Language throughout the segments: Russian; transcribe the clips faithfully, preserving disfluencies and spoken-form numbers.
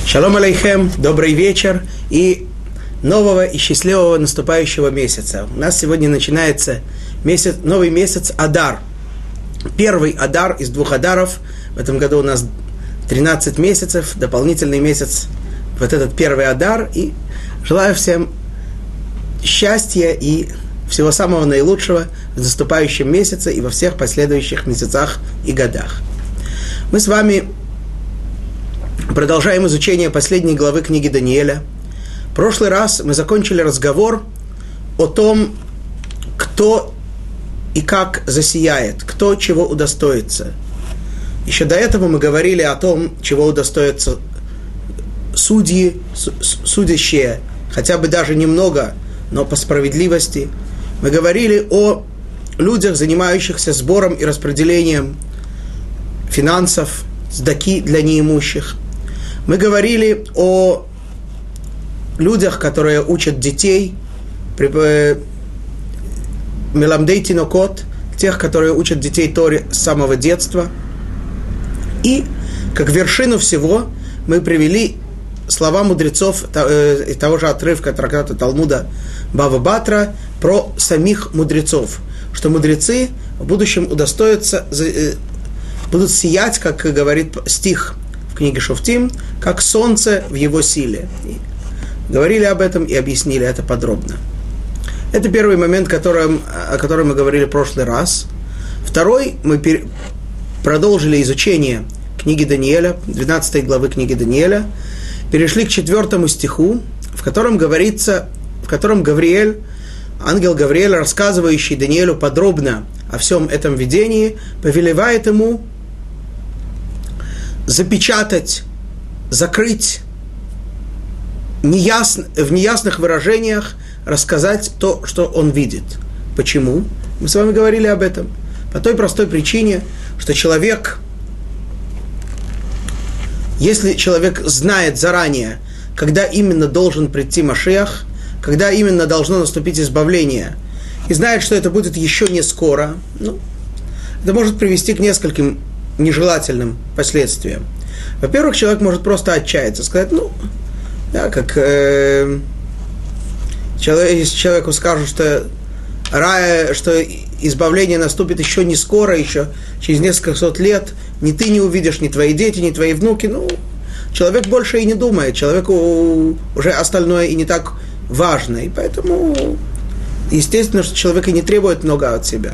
Шалом алейхем, добрый вечер и нового и счастливого наступающего месяца. У нас сегодня начинается месяц, новый месяц Адар. Первый Адар из двух Адаров. В этом году у нас тринадцать месяцев, дополнительный месяц, вот этот первый Адар. И желаю всем счастья и всего самого наилучшего в наступающем месяце и во всех последующих месяцах и годах. Мы с вами продолжаем изучение последней главы книги Даниэля. В прошлый раз мы закончили разговор о том, кто и как засияет, кто чего удостоится. Еще до этого мы говорили о том, чего удостоятся судьи, судящие, хотя бы даже немного, но по справедливости. Мы говорили о людях, занимающихся сбором и распределением финансов, сдаки для неимущих. Мы говорили о людях, которые учат детей, меламдей тинокот, тех, которые учат детей Торе с самого детства. И, как вершину всего, мы привели слова мудрецов того же отрывка трактата Талмуда Бава Батра про самих мудрецов, что мудрецы в будущем удостоятся, будут сиять, как говорит стих в книге Шофтим, как солнце в его силе. И говорили об этом и объяснили это подробно. Это первый момент, которым, о котором мы говорили в прошлый раз. Второй, мы пер... продолжили изучение книги Даниэля, двенадцатой главы книги Даниэля, перешли к четвертому стиху, в котором говорится, в котором Гавриэль, ангел Гавриэль, рассказывающий Даниэлю подробно о всем этом видении, повелевает ему запечатать, закрыть, неясно, в неясных выражениях рассказать то, что он видит. Почему? Мы с вами говорили об этом. По той простой причине, что человек, если человек знает заранее, когда именно должен прийти Машиах, когда именно должно наступить избавление, и знает, что это будет еще не скоро, ну, это может привести к нескольким нежелательным последствиям. Во-первых, человек может просто отчаяться, сказать, ну, да, как э, человек, если человеку скажут, что рая, что избавление наступит еще не скоро, еще через несколько сот лет, ни ты не увидишь, ни твои дети, ни твои внуки, ну, человек больше и не думает, человеку уже остальное и не так важно, и поэтому, естественно, что человек и не требует много от себя.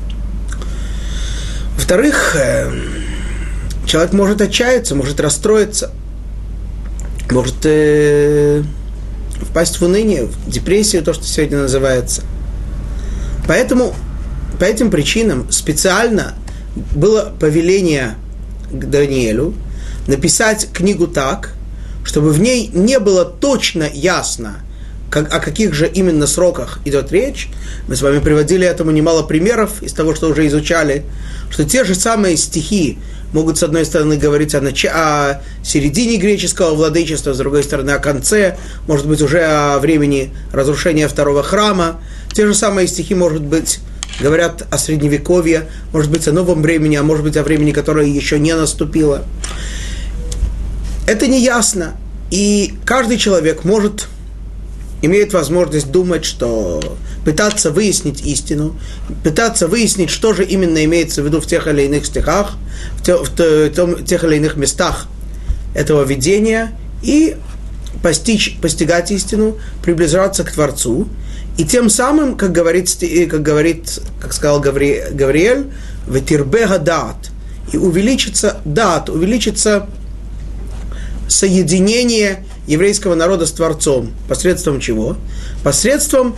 Во-вторых, э, человек может отчаяться, может расстроиться, может э, впасть в уныние, в депрессию, то, что сегодня называется. Поэтому, по этим причинам специально было повеление к Даниэлю написать книгу так, чтобы в ней не было точно ясно, как, о каких же именно сроках идет речь. Мы с вами приводили этому немало примеров из того, что уже изучали, что те же самые стихи могут, с одной стороны, говорить о, нач... о середине греческого владычества, с другой стороны, о конце, может быть, уже о времени разрушения второго храма. Те же самые стихи, может быть, говорят о Средневековье, может быть, о новом времени, а может быть, о времени, которое еще не наступило. Это не ясно, и каждый человек может... имеет возможность думать, что пытаться выяснить истину, пытаться выяснить, что же именно имеется в виду в тех или иных стихах, в, те, в, те, в том, тех или иных местах этого видения, и постичь, постигать истину, приближаться к Творцу, и тем самым, как говорит, как, говорит, как сказал Гаври, Гавриэль, «ветирбега дат», и увеличится дат, увеличится соединение еврейского народа с Творцом. Посредством чего? Посредством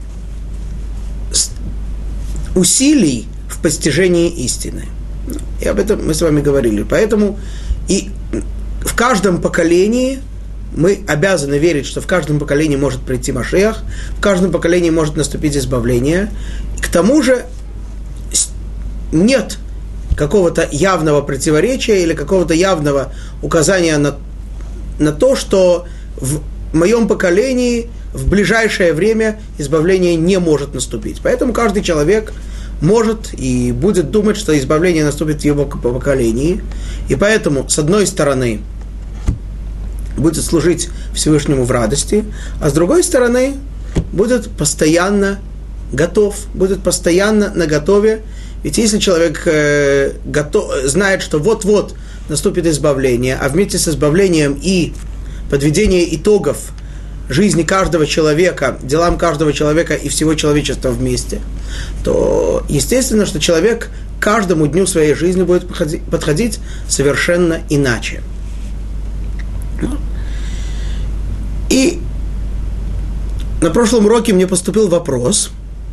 усилий в постижении истины. И об этом мы с вами говорили. Поэтому и в каждом поколении мы обязаны верить, что в каждом поколении может прийти Машиах, в каждом поколении может наступить избавление. К тому же нет какого-то явного противоречия или какого-то явного указания на на то, что в моем поколении в ближайшее время избавление не может наступить. Поэтому каждый человек может и будет думать, что избавление наступит в его поколении. И поэтому, с одной стороны, будет служить Всевышнему в радости, а с другой стороны будет постоянно готов, будет постоянно наготове. Ведь если человек э, готов, знает, что вот-вот наступит избавление, а вместе с избавлением и подведение итогов жизни каждого человека, делам каждого человека и всего человечества вместе, то естественно, что человек к каждому дню своей жизни будет подходить совершенно иначе. И на прошлом уроке мне поступил вопрос,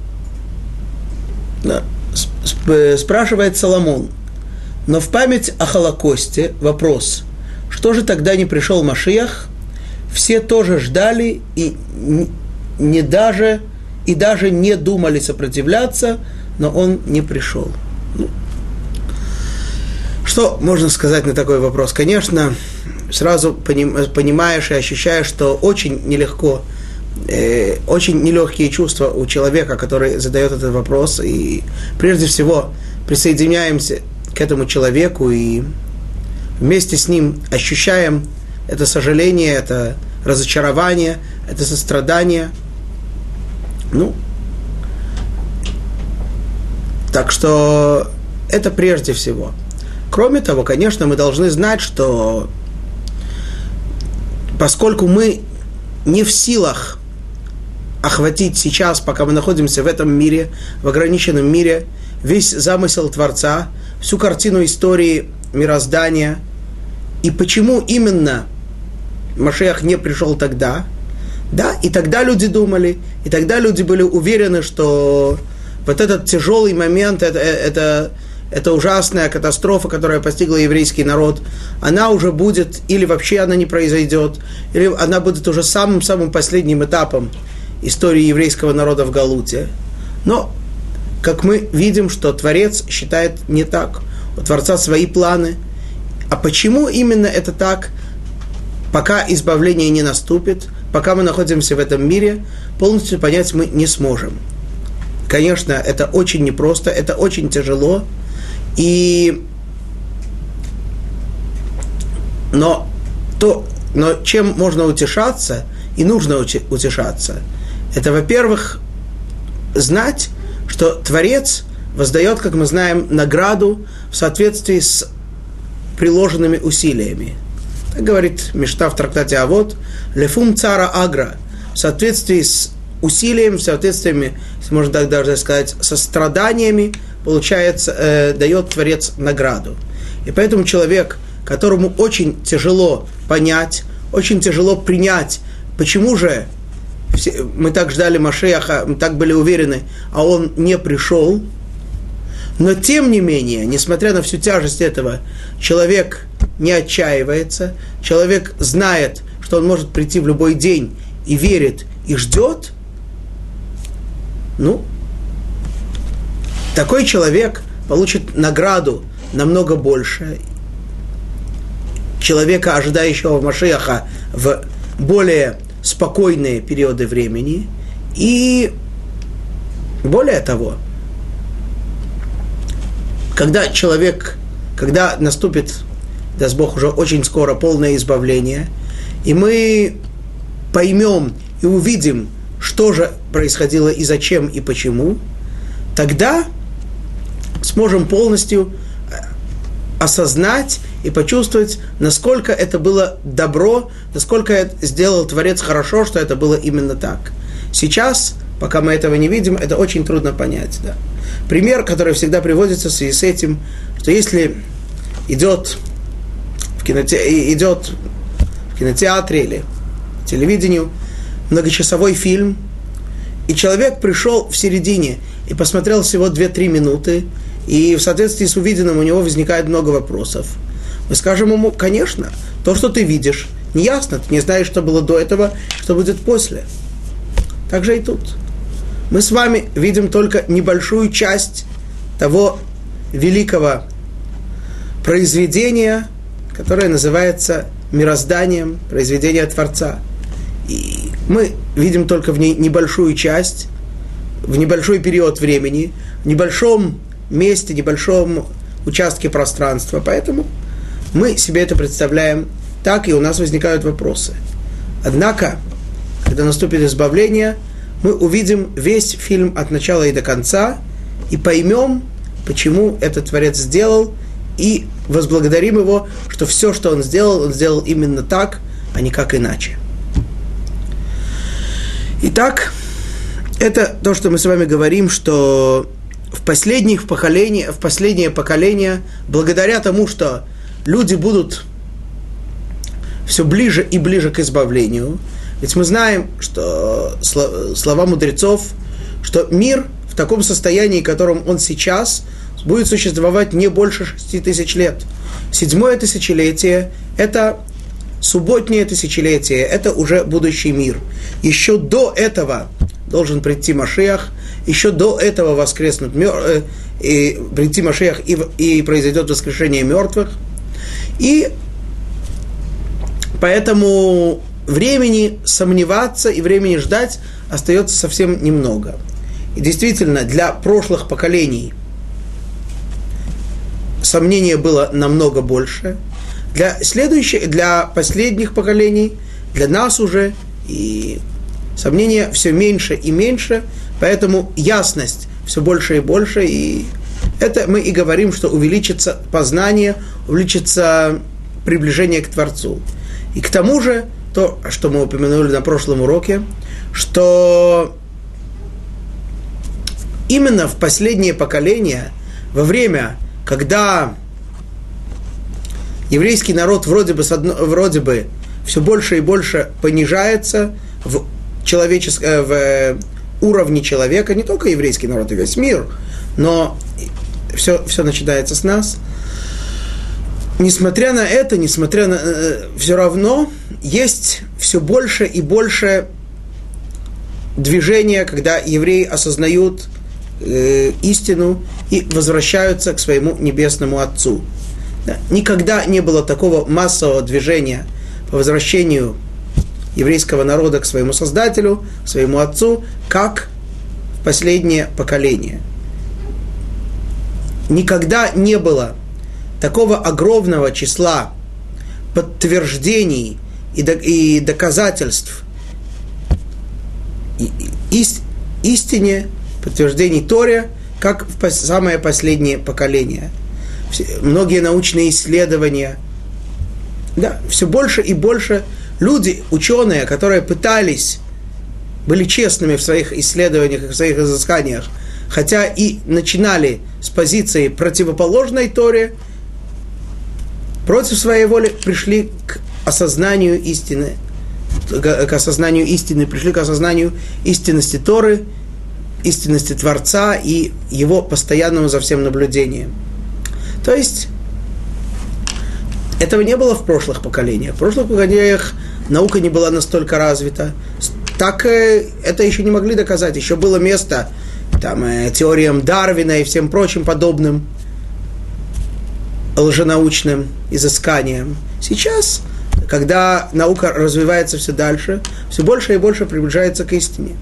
да, спрашивает Соломон, но в память о Холокосте вопрос, что же тогда не пришел Машиах? Все тоже ждали и не даже, и даже не думали сопротивляться, но он не пришел. Ну, что можно сказать на такой вопрос? Конечно, сразу понимаешь и ощущаешь, что очень нелегко, э, очень нелегкие чувства у человека, который задает этот вопрос, и прежде всего присоединяемся к этому человеку и вместе с ним ощущаем это сожаление, это разочарование, это сострадание. Ну, так что это прежде всего. Кроме того, конечно, мы должны знать, что поскольку мы не в силах охватить сейчас, пока мы находимся в этом мире, в ограниченном мире, весь замысел Творца, всю картину истории мироздания, и почему именно Машиах не пришел тогда, да, и тогда люди думали, и тогда люди были уверены, что вот этот тяжелый момент, это, это, это ужасная катастрофа, которая постигла еврейский народ, она уже будет, или вообще она не произойдет, или она будет уже самым-самым последним этапом истории еврейского народа в Галуте. Но, как мы видим, что Творец считает не так. У Творца свои планы. А почему именно это так? Пока избавление не наступит, пока мы находимся в этом мире, полностью понять мы не сможем. Конечно, это очень непросто, это очень тяжело, и... но, то, но чем можно утешаться, и нужно утешаться, это, во-первых, знать, что Творец воздает, как мы знаем, награду в соответствии с приложенными усилиями. Так говорит Мишна в трактате Авот, «Лефум цара агра», в соответствии с усилием, в соответствии, можно так даже сказать, со страданиями, получается, э, дает Творец награду. И поэтому человек, которому очень тяжело понять, очень тяжело принять, почему же все, мы так ждали Машиаха, мы так были уверены, а он не пришел, но тем не менее, несмотря на всю тяжесть этого, человек не отчаивается, человек знает, что он может прийти в любой день и верит, и ждет, ну, такой человек получит награду намного больше человека, ожидающего Машиаха в более спокойные периоды времени. И более того, когда человек, когда наступит, даст Бог, уже очень скоро полное избавление, и мы поймем и увидим, что же происходило и зачем и почему, тогда сможем полностью осознать и почувствовать, насколько это было добро, насколько это сделал Творец хорошо, что это было именно так. Сейчас, пока мы этого не видим, это очень трудно понять. Да. Пример, который всегда приводится в связи с этим, что если идет в, киноте... идет в кинотеатре или в телевидении многочасовой фильм, и человек пришел в середине и посмотрел всего две-три минуты, и в соответствии с увиденным у него возникает много вопросов. Мы скажем ему, конечно, то, что ты видишь, не ясно, ты не знаешь, что было до этого, что будет после. Так же и тут. Мы с вами видим только небольшую часть того великого произведения, которое называется мирозданием, произведение Творца. И мы видим только в ней небольшую часть, в небольшой период времени, в небольшом месте, небольшом участке пространства. Поэтому мы себе это представляем так и у нас возникают вопросы. Однако, когда наступит избавление, мы увидим весь фильм от начала и до конца и поймем, почему этот Творец сделал, и возблагодарим его, что все, что он сделал, он сделал именно так, а не как иначе. Итак, это то, что мы с вами говорим, что в последних поколениях, в последнее поколение, благодаря тому, что люди будут все ближе и ближе к избавлению, ведь мы знаем, что слова мудрецов, что мир в таком состоянии, в котором он сейчас, будет существовать не больше шести тысяч лет. Седьмое тысячелетие – это субботнее тысячелетие, это уже будущий мир. Еще до этого должен прийти Машиах, еще до этого воскреснут мер... и прийти Машиах, и, и произойдет воскрешение мертвых. И поэтому времени сомневаться и времени ждать остается совсем немного. И действительно, для прошлых поколений сомнения было намного больше. Для следующих, для последних поколений, для нас уже и сомнения все меньше и меньше, поэтому ясность все больше и больше, и это мы и говорим, что увеличится познание, увеличится приближение к Творцу. И к тому же, то, что мы упомянули на прошлом уроке, что именно в последнее поколение, во время, когда еврейский народ вроде бы, вроде бы все больше и больше понижается в, человечес... в уровне человека, не только еврейский народ, и весь мир, но все, все начинается с нас. Несмотря на это, несмотря на... все равно есть все больше и больше движения, когда евреи осознают э, истину и возвращаются к своему небесному Отцу. Да. Никогда не было такого массового движения по возвращению еврейского народа к своему Создателю, к своему Отцу, как в последнее поколение. Никогда не было такого огромного числа подтверждений и, до, и доказательств и, и, истине, подтверждений Торе, как в самое последнее поколение. Многие научные исследования, да, все больше и больше люди, ученые, которые пытались, были честными в своих исследованиях и в своих изысканиях, хотя и начинали с позиции противоположной Торе, против своей воли пришли к осознанию истины, к осознанию истины, пришли к осознанию истинности Торы, истинности Творца и его постоянному за всем наблюдением. То есть, этого не было в прошлых поколениях. В прошлых поколениях наука не была настолько развита. Так это еще не могли доказать. Еще было место там, теориям Дарвина и всем прочим подобным лженаучным изысканиям. Сейчас, когда наука развивается все дальше, все больше и больше приближается к истине.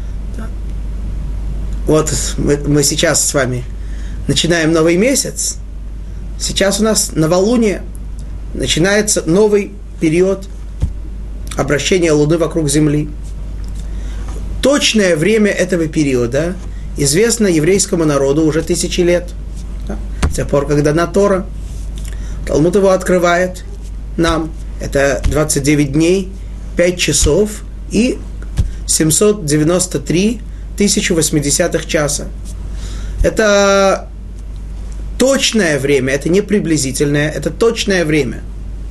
Вот мы, мы сейчас с вами начинаем новый месяц. Сейчас у нас новолуние. Начинается новый период обращения Луны вокруг Земли. Точное время этого периода известно еврейскому народу уже тысячи лет. Да? С тех пор, когда на Тора. Талмуд его открывает нам. Это двадцать девять дней, пять часов и семьсот девяносто три тысячи восьмидесятых часа. Это точное время, это не приблизительное, это точное время.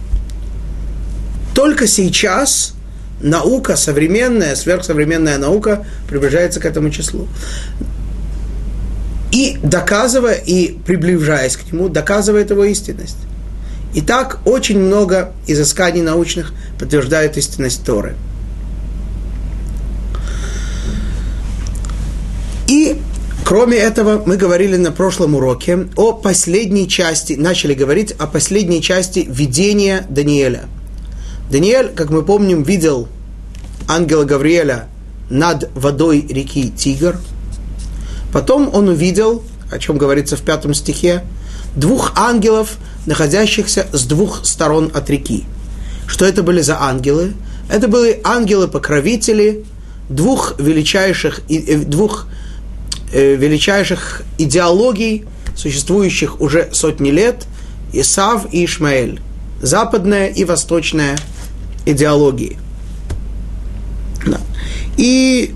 Только сейчас наука, современная, сверхсовременная наука приближается к этому числу. И доказывая, и приближаясь к нему, доказывает его истинность. Итак, очень много изысканий научных подтверждают истинность Торы. И кроме этого, мы говорили на прошлом уроке о последней части, начали говорить о последней части видения Даниэля. Даниэль, как мы помним, видел ангела Гавриэля над водой реки Тигр. Потом он увидел, о чем говорится в пятом стихе, двух ангелов, находящихся с двух сторон от реки. Что это были за ангелы? Это были ангелы-покровители двух величайших, двух величайших идеологий, существующих уже сотни лет, Исав и Ишмаэль. Западная и восточная идеологии. Да. И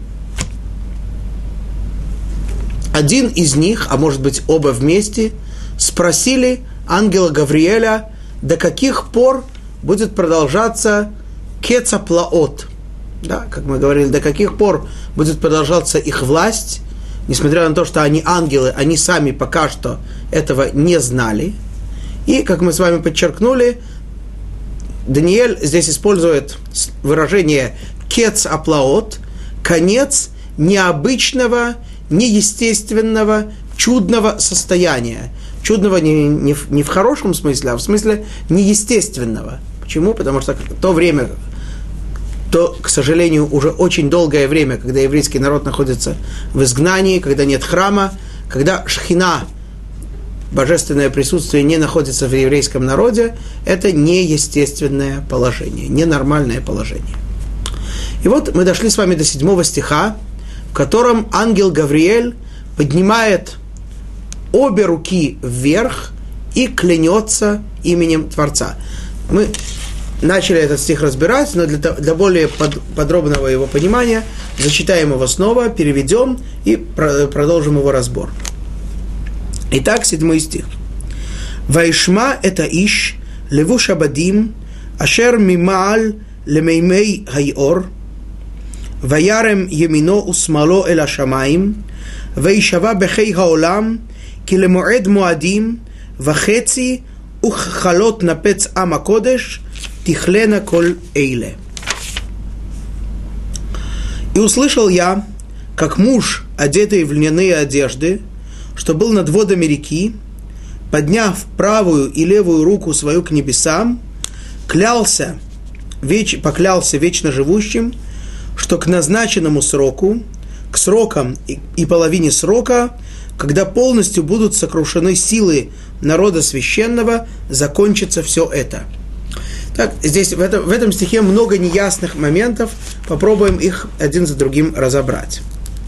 один из них, а может быть оба вместе, спросили ангела Гавриэля, до каких пор будет продолжаться кецаплаот. Да, как мы говорили, до каких пор будет продолжаться их власть, несмотря на то, что они ангелы, они сами пока что этого не знали. И, как мы с вами подчеркнули, Даниэль здесь использует выражение кецаплаот, конец необычного, неестественного, чудного состояния. Чудного не, не, в, не в хорошем смысле, а в смысле неестественного. Почему? Потому что то время, то, к сожалению, уже очень долгое время, когда еврейский народ находится в изгнании, когда нет храма, когда шхина, божественное присутствие, не находится в еврейском народе, это неестественное положение, ненормальное положение. И вот мы дошли с вами до седьмого стиха, в котором ангел Гавриэль поднимает обе руки вверх и клянется именем Творца. Мы начали этот стих разбирать, но для, для более под, подробного его понимания зачитаем его снова, переведем и про, продолжим его разбор. Итак, седьмой стих. «Ваишма это иш левуш абадим ашер мимааль лемеймей хайор ваярем емино усмало эль ашамаим ваишава бехей хаолам ки лемоэд муадим вахеци уххалот напец ам акодеш тихлена коль эйле». «И услышал я, как муж, одетый в льняные одежды, что был над водами реки, подняв правую и левую руку свою к небесам, клялся, веч, поклялся вечно живущим, что к назначенному сроку, к срокам и, и половине срока, когда полностью будут сокрушены силы народа священного, закончится все это». Так, здесь в этом, в этом стихе много неясных моментов, попробуем их один за другим разобрать.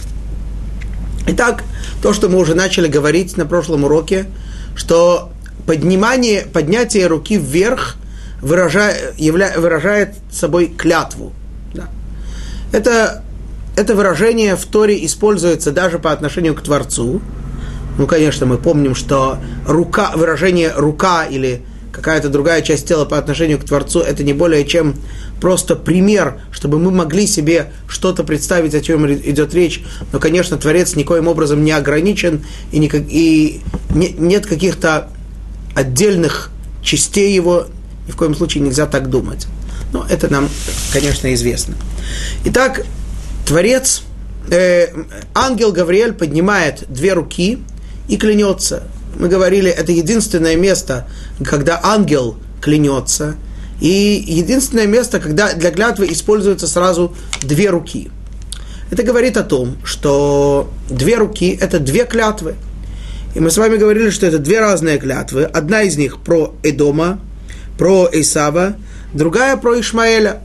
Итак, то, что мы уже начали говорить на прошлом уроке, что поднимание, поднятие руки вверх выражает, явля, выражает собой клятву. Да. Это, это выражение в Торе используется даже по отношению к Творцу. Ну, конечно, мы помним, что рука, выражение «рука» или какая-то другая часть тела по отношению к Творцу, это не более чем просто пример, чтобы мы могли себе что-то представить, о чем идет речь. Но, конечно, Творец никоим образом не ограничен, и, никак, и не, нет каких-то отдельных частей его, ни в коем случае нельзя так думать. Но это нам, конечно, известно. Итак, Творец, э, ангел Гавриэль поднимает две руки и клянется. Мы говорили, это единственное место, когда ангел клянется, и единственное место, когда для клятвы используются сразу две руки. Это говорит о том, что две руки – это две клятвы. И мы с вами говорили, что это две разные клятвы. Одна из них про Эдома, про Исава, другая про Ишмаэля.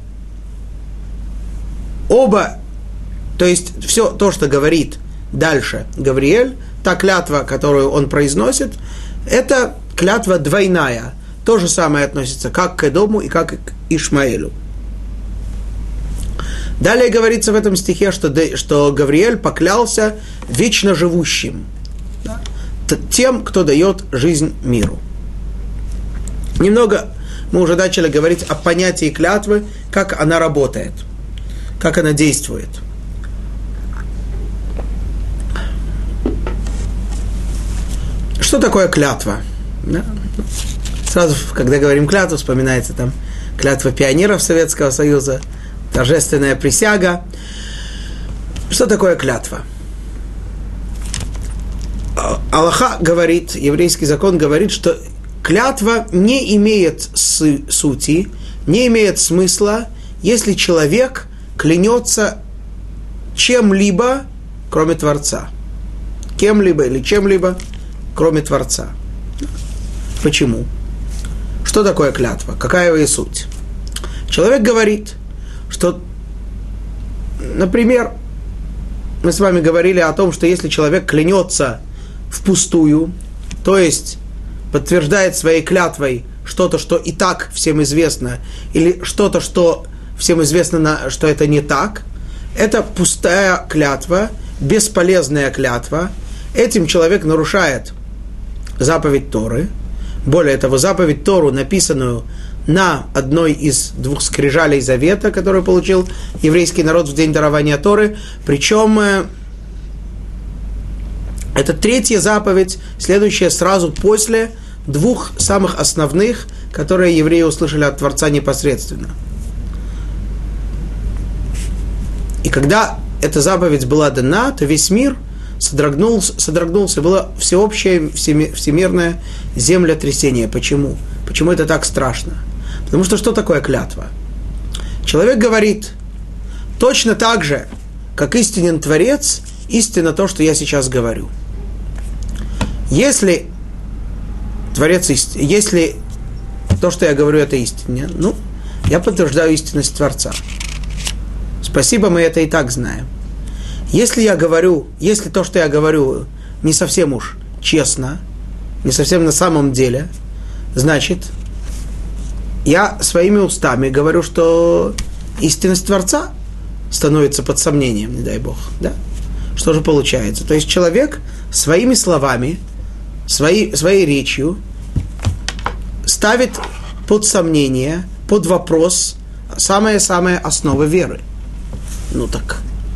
Оба, то есть все то, что говорит дальше Гавриэль, та клятва, которую он произносит, это клятва двойная. То же самое относится как к Эдому и как к Ишмаэлю. Далее говорится в этом стихе, что, что Гавриэль поклялся вечно живущим, да, тем, кто дает жизнь миру. Немного мы уже начали говорить о понятии клятвы, как она работает, как она действует. Что такое клятва? Да? Сразу, когда говорим клятву, вспоминается там клятва пионеров Советского Союза, торжественная присяга. Что такое клятва? Алаха говорит, еврейский закон говорит, что клятва не имеет сути, не имеет смысла, если человек клянется чем-либо, кроме Творца. Кем-либо или чем-либо, кроме Творца. Почему? Что такое клятва? Какая ее суть? Человек говорит, что, например, мы с вами говорили о том, что если человек клянется впустую, то есть подтверждает своей клятвой что-то, что и так всем известно, или что-то, что всем известно, что это не так, это пустая клятва, бесполезная клятва. Этим человек нарушает заповедь Торы. Более того, заповедь Тору, написанную на одной из двух скрижалей завета, которую получил еврейский народ в день дарования Торы. Причем это третья заповедь, следующая сразу после двух самых основных, которые евреи услышали от Творца непосредственно. И когда эта заповедь была дана, то весь мир содрогнулся, содрогнулся, было всеобщее, всемирное землетрясение. Почему? Почему это так страшно? Потому что что такое клятва? Человек говорит, точно так же, как истинен Творец, истинно то, что я сейчас говорю. Если Творец, если то, что я говорю, это истинно, ну, я подтверждаю истинность Творца. Спасибо, мы это и так знаем. Если я говорю, если то, что я говорю, не совсем уж честно, не совсем на самом деле, значит, я своими устами говорю, что истинность Творца становится под сомнением, не дай Бог. Да? Что же получается? То есть человек своими словами, своей, своей речью ставит под сомнение, под вопрос самые-самые основы веры. Ну так,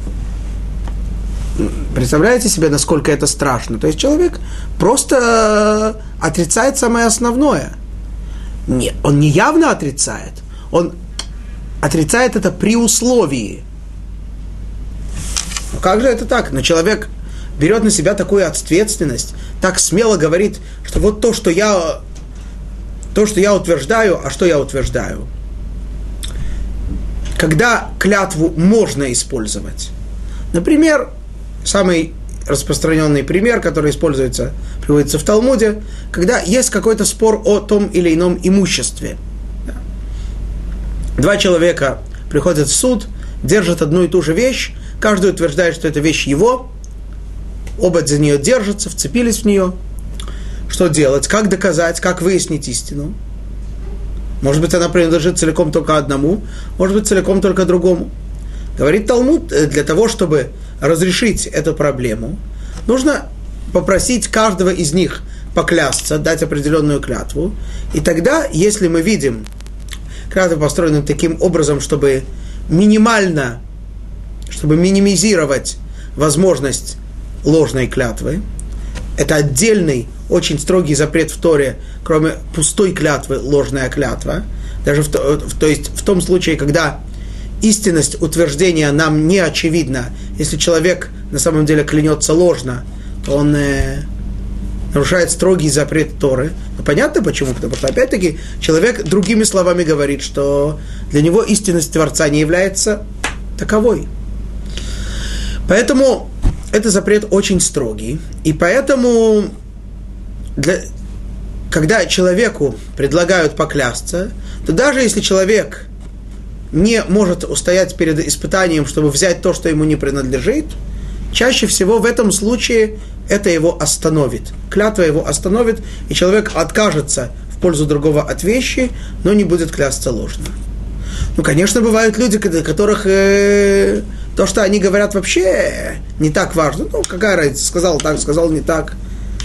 представляете себе, насколько это страшно? То есть человек просто отрицает самое основное. Нет, он не явно отрицает, он отрицает это при условии. Ну как же это так? Но человек берет на себя такую ответственность, так смело говорит, что вот то, что я, то, что я утверждаю, а что я утверждаю? Когда клятву можно использовать. Например, самый распространенный пример, который используется, приводится в Талмуде, когда есть какой-то спор о том или ином имуществе. Два человека приходят в суд, держат одну и ту же вещь, каждый утверждает, что эта вещь его, оба за нее держатся, вцепились в нее. Что делать? Как доказать? Как выяснить истину? Может быть, она принадлежит целиком только одному, может быть, целиком только другому. Говорит Талмуд, для того, чтобы разрешить эту проблему, нужно попросить каждого из них поклясться, дать определенную клятву. И тогда, если мы видим клятву, построенную таким образом, чтобы минимально, чтобы минимизировать возможность ложной клятвы, это отдельный, очень строгий запрет в Торе, кроме пустой клятвы, ложная клятва. Даже в, то, в, то есть в том случае, когда истинность утверждения нам не очевидна, если человек на самом деле клянется ложно, то он э, нарушает строгий запрет Торы. Но понятно почему? Потому что, опять-таки, человек другими словами говорит, что для него истинность Творца не является таковой. Поэтому этот запрет очень строгий. И поэтому, для, когда человеку предлагают поклясться, то даже если человек не может устоять перед испытанием, чтобы взять то, что ему не принадлежит, чаще всего в этом случае это его остановит. Клятва его остановит, и человек откажется в пользу другого от вещи, но не будет клясться ложно. Ну, конечно, бывают люди, которых э, то, что они говорят, вообще не так важно. Ну, какая разница, сказал так, сказал не так.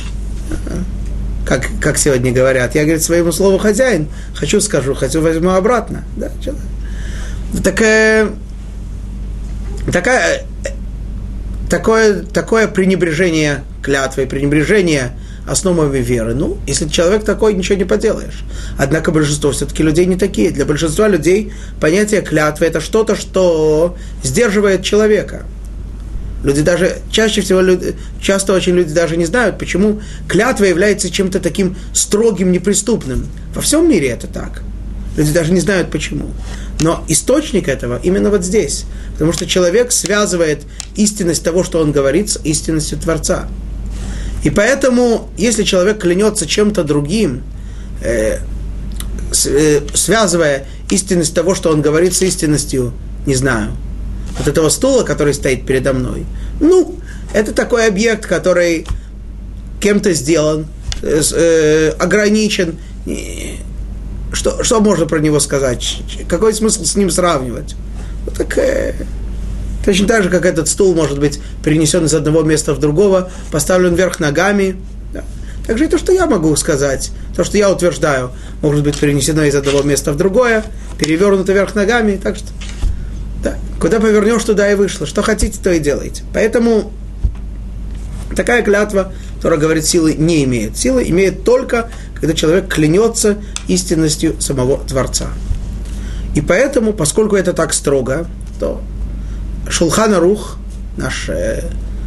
Как, как сегодня говорят, я, говорит, своему слову хозяин, хочу скажу, хочу возьму обратно. Да, такая, такая, такое, такое пренебрежение клятвой, пренебрежение основами веры. Ну, если человек такой, ничего не поделаешь. Однако большинство все-таки людей не такие. Для большинства людей понятие клятвы – это что-то, что сдерживает человека. Люди даже, чаще всего, люди, часто очень люди даже не знают, почему клятва является чем-то таким строгим, неприступным. Во всем мире это так. Люди даже не знают, почему. Но источник этого именно вот здесь. Потому что человек связывает истинность того, что он говорит, с истинностью Творца. И поэтому, если человек клянется чем-то другим, э, с, э, связывая истинность того, что он говорит, с истинностью, не знаю, вот этого стула, который стоит передо мной. Ну, это такой объект, который кем-то сделан, э, э, ограничен. Что, что можно про него сказать? Какой смысл с ним сравнивать? Вот так, э, точно так же, как этот стул может быть перенесен из одного места в другого, поставлен вверх ногами. Да. Также и то, что я могу сказать, то, что я утверждаю, может быть перенесено из одного места в другое, перевернуто вверх ногами. Так что, да, куда повернешь, туда и вышло. Что хотите, то и делайте. Поэтому такая клятва, которая говорит, силы не имеет. Силы имеет только, когда человек клянется истинностью самого Творца. И поэтому, поскольку это так строго, то Шулхан Арух, наш э,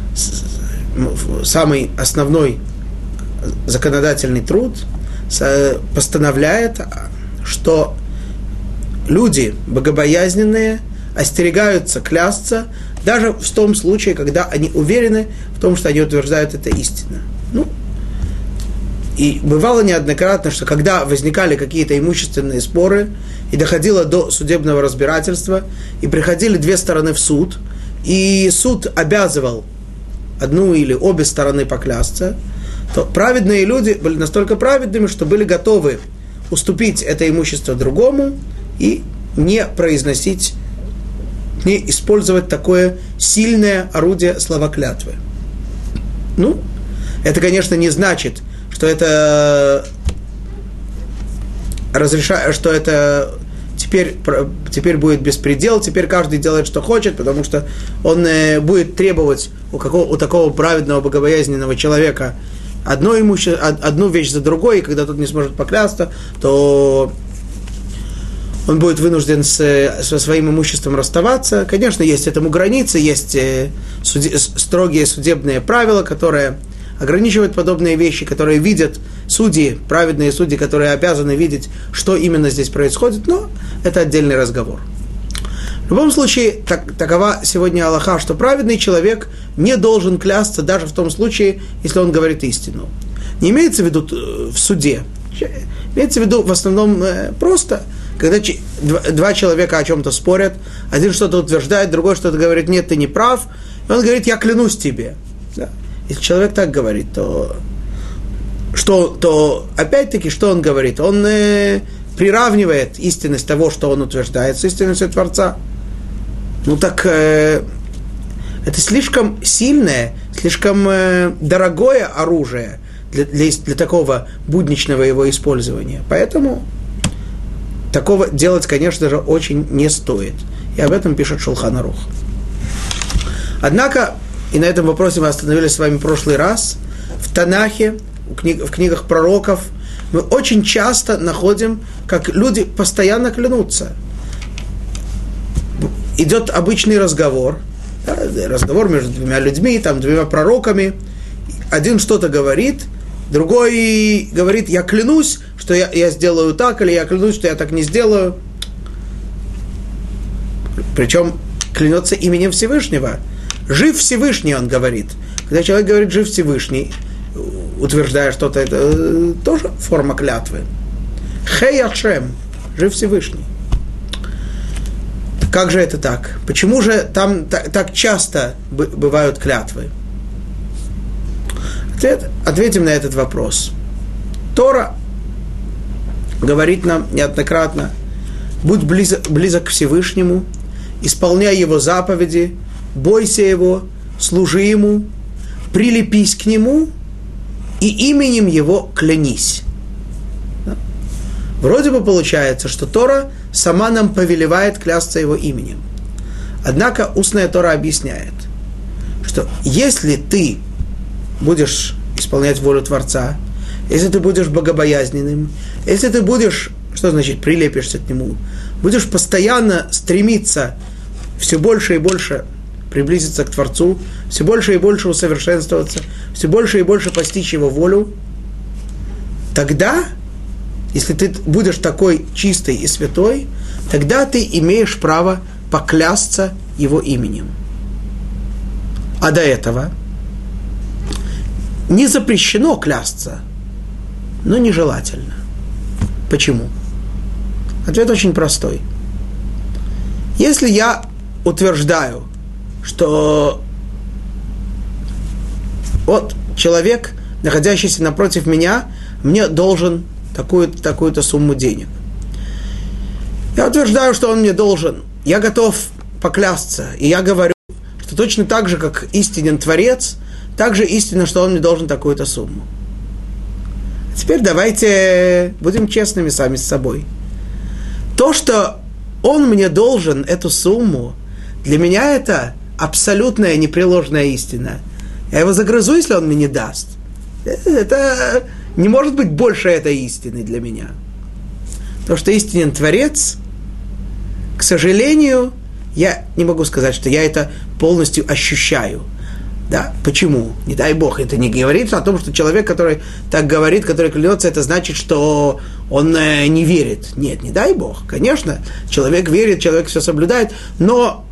самый основной законодательный труд, постановляет, что люди богобоязненные остерегаются клясться даже в том случае, когда они уверены в том, что они утверждают это истинно. Ну, и бывало неоднократно, что когда возникали какие-то имущественные споры, и доходило до судебного разбирательства, и приходили две стороны в суд, и суд обязывал одну или обе стороны поклясться, то праведные люди были настолько праведными, что были готовы уступить это имущество другому и не произносить, не использовать такое сильное орудие слова клятвы. Ну, это, конечно, не значит, что это разрешает, что это теперь, теперь будет беспредел, теперь каждый делает, что хочет, потому что он будет требовать у, какого, у такого праведного, богобоязненного человека одно имущество, одну вещь за другой, и когда тот не сможет поклясться, то он будет вынужден с, со своим имуществом расставаться. Конечно, есть этому границы, есть суди, строгие судебные правила, которые ограничивают подобные вещи, которые видят судьи, праведные судьи, которые обязаны видеть, что именно здесь происходит, но это отдельный разговор. В любом случае, так, такова сегодня алаха, что праведный человек не должен клясться даже в том случае, если он говорит истину. Не имеется в виду в суде, имеется в виду в основном просто, когда два человека о чем-то спорят, один что-то утверждает, другой что-то говорит, нет, ты не прав, и он говорит, я клянусь тебе. Да. Если человек так говорит, то, что, то опять-таки, что он говорит? Он э, приравнивает истинность того, что он утверждает, с истинностью Творца. Ну так, э, это слишком сильное, слишком э, дорогое оружие для, для, для такого будничного его использования. Поэтому такого делать, конечно же, очень не стоит. И об этом пишет Шулхан Арух. Однако, и на этом вопросе мы остановились с вами в прошлый раз, в Танахе, в, книг, в книгах пророков, мы очень часто находим, как люди постоянно клянутся. Идет обычный разговор, да, разговор между двумя людьми, там, двумя пророками. Один что-то говорит, другой говорит, я клянусь, что я, я сделаю так, или я клянусь, что я так не сделаю. Причем клянется именем Всевышнего. Жив Всевышний, он говорит. Когда человек говорит жив Всевышний, утверждая что-то, это тоже форма клятвы. Хей Ашем, жив Всевышний. Как же это так? Почему же там так, так часто бывают клятвы? Ответ, ответим на этот вопрос. Тора говорит нам неоднократно, будь близок, близок к Всевышнему, исполняй Его заповеди, бойся Его, служи Ему, прилепись к Нему и именем Его клянись. Да? Вроде бы получается, что Тора сама нам повелевает клясться Его именем. Однако устная Тора объясняет, что если ты будешь исполнять волю Творца, если ты будешь богобоязненным, если ты будешь, что значит прилепишься к Нему, будешь постоянно стремиться все больше и больше приблизиться к Творцу, все больше и больше усовершенствоваться, все больше и больше постичь Его волю, тогда, если ты будешь такой чистый и святой, тогда ты имеешь право поклясться Его именем. А до этого не запрещено клясться, но нежелательно. Почему? Ответ очень простой. Если я утверждаю, что вот человек, находящийся напротив меня, мне должен такую-то, такую-то сумму денег. Я утверждаю, что он мне должен. Я готов поклясться. И я говорю, что точно так же, как истинен Творец, так же истинно, что он мне должен такую-то сумму. А теперь давайте будем честными сами с собой. То, что он мне должен эту сумму, для меня это абсолютная непреложная истина. Я его загрызу, если он мне не даст. Это не может быть больше этой истины для меня. То, что истинен Творец, к сожалению, я не могу сказать, что я это полностью ощущаю. Да? Почему? Не дай Бог, это не говорит о том, что человек, который так говорит, который клянется, это значит, что он э, не верит. Нет, не дай Бог. Конечно, человек верит, человек все соблюдает, но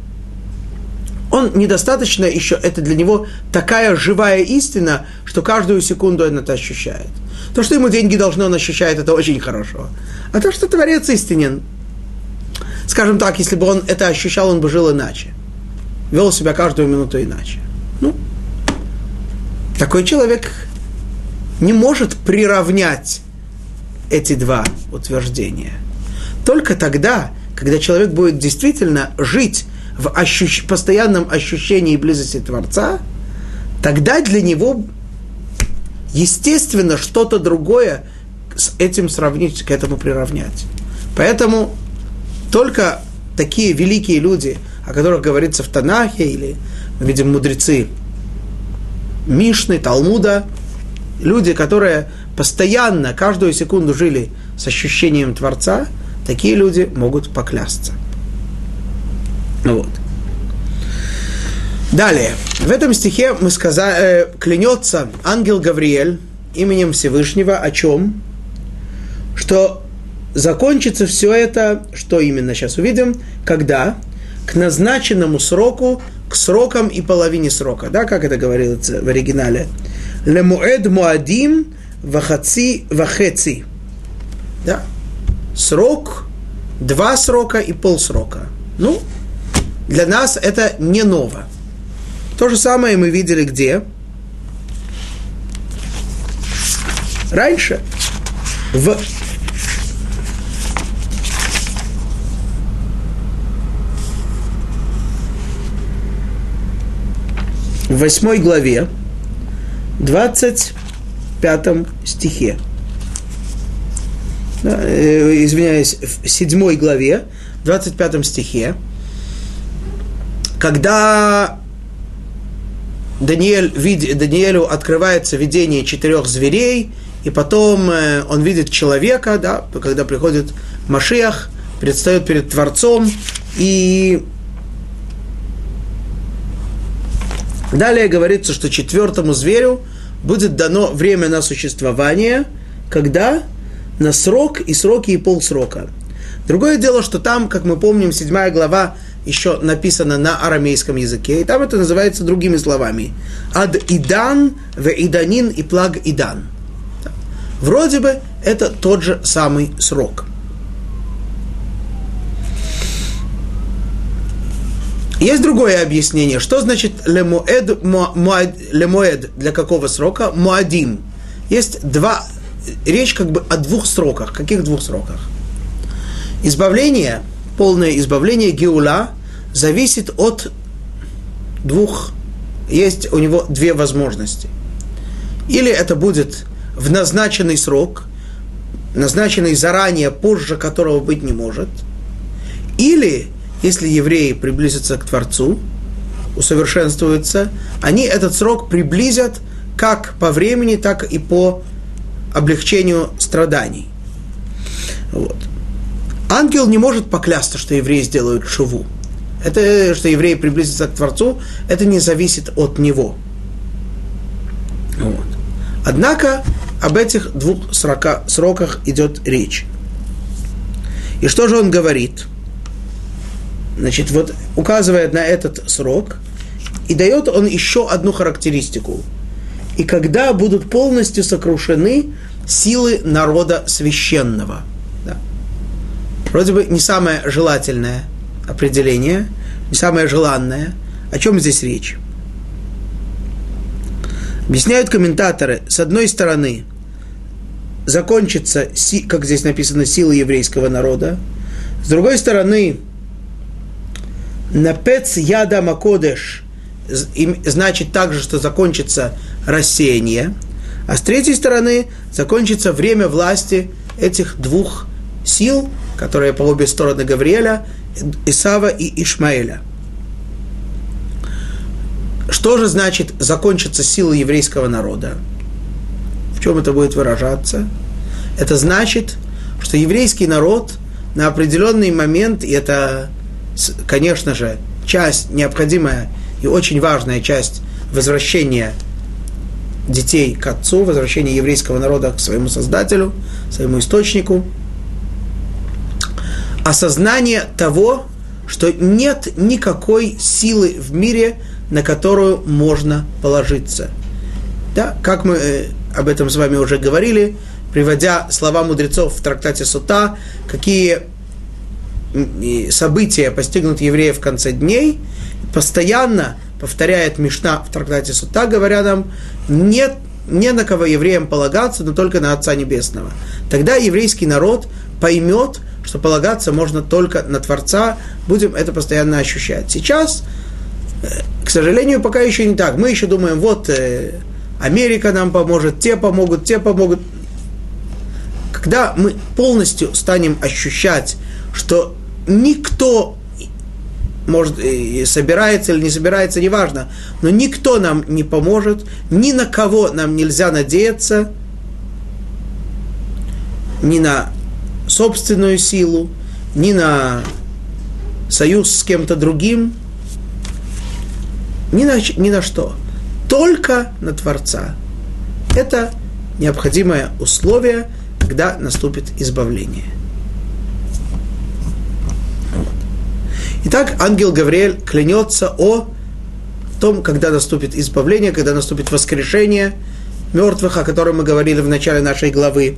он недостаточно еще, это для него такая живая истина, что каждую секунду он это ощущает. То, что ему деньги должны, он ощущает, это очень хорошо. А то, что Творец истинен, скажем так, если бы он это ощущал, он бы жил иначе. Вел себя каждую минуту иначе. Ну, такой человек не может приравнять эти два утверждения. Только тогда, когда человек будет действительно жить в ощущ... постоянном ощущении близости Творца, тогда для него, естественно, что-то другое с этим сравнить, к этому приравнять. Поэтому только такие великие люди, о которых говорится в Танахе, или мы видим мудрецы Мишны, Талмуда, люди, которые постоянно, каждую секунду жили с ощущением Творца, такие люди могут поклясться. Вот. Далее. В этом стихе мы сказали, э, клянется ангел Гавриэль именем Всевышнего о чем? Что закончится все это, что именно сейчас увидим, когда? К назначенному сроку, к срокам и половине срока. Да, как это говорится в оригинале? Лемуэд муадим вахаци вахеци. Да? Срок, два срока и полсрока. Ну, для нас это не ново. То же самое мы видели где? Раньше. В в восьмой главе, двадцать пятом стихе. Да, э, извиняюсь, в седьмой главе, двадцать пятом стихе, когда Даниэль, вид, Даниэлю открывается видение четырех зверей, и потом э, он видит человека, да, когда приходит Машиах, предстает перед Творцом, и далее говорится, что четвертому зверю будет дано время на существование, когда на срок и сроки и полсрока. Другое дело, что там, как мы помним, седьмая глава еще написана на арамейском языке, и там это называется другими словами. Ад идан, ве иданин и плаг идан. Вроде бы это тот же самый срок. Есть другое объяснение. Что значит лемоэд, лемоэд для какого срока? Муадим. Есть два, речь как бы о двух сроках. Каких двух сроках? Избавление, полное избавление, геула, зависит от двух, есть у него две возможности. Или это будет в назначенный срок, назначенный заранее, позже которого быть не может. Или, если евреи приблизятся к Творцу, усовершенствуются, они этот срок приблизят как по времени, так и по облегчению страданий. Вот. Ангел не может поклясться, что евреи сделают шуву. Это, что евреи приблизятся к Творцу, это не зависит от него. Вот. Однако об этих двух срока, сроках идет речь. И что же он говорит? Значит, вот указывает на этот срок, и дает он еще одну характеристику. И когда будут полностью сокрушены силы народа священного. Да. Вроде бы не самое желательное определение, не самое желанное. О чем здесь речь? Объясняют комментаторы, с одной стороны, закончится, как здесь написано, сила еврейского народа, с другой стороны, напец яда макодеш, значит также, что закончится рассеяние, а с третьей стороны, закончится время власти этих двух сил, которые по обе стороны Гавриэля, Исава и Ишмаэля. Что же значит закончится сила еврейского народа? В чем это будет выражаться? Это значит, что еврейский народ на определенный момент, и это, конечно же, часть, необходимая и очень важная часть возвращения детей к отцу, возвращения еврейского народа к своему создателю, своему источнику, осознание того, что нет никакой силы в мире, на которую можно положиться. Да, как мы э, об этом с вами уже говорили, приводя слова мудрецов в трактате Сута, какие события постигнут евреев в конце дней, постоянно повторяет Мишна в трактате Сута, говоря нам, нет, не на кого евреям полагаться, но только на Отца Небесного. Тогда еврейский народ поймет, что полагаться можно только на Творца, будем это постоянно ощущать. Сейчас, к сожалению, пока еще не так. Мы еще думаем, вот Америка нам поможет, те помогут, те помогут. Когда мы полностью станем ощущать, что никто, может, собирается или не собирается, неважно, но никто нам не поможет, ни на кого нам нельзя надеяться, ни на собственную силу, ни на союз с кем-то другим, ни на, ни на что. Только на Творца. Это необходимое условие, когда наступит избавление. Итак, ангел Гавриэль клянется о том, когда наступит избавление, когда наступит воскрешение мертвых, о котором мы говорили в начале нашей главы.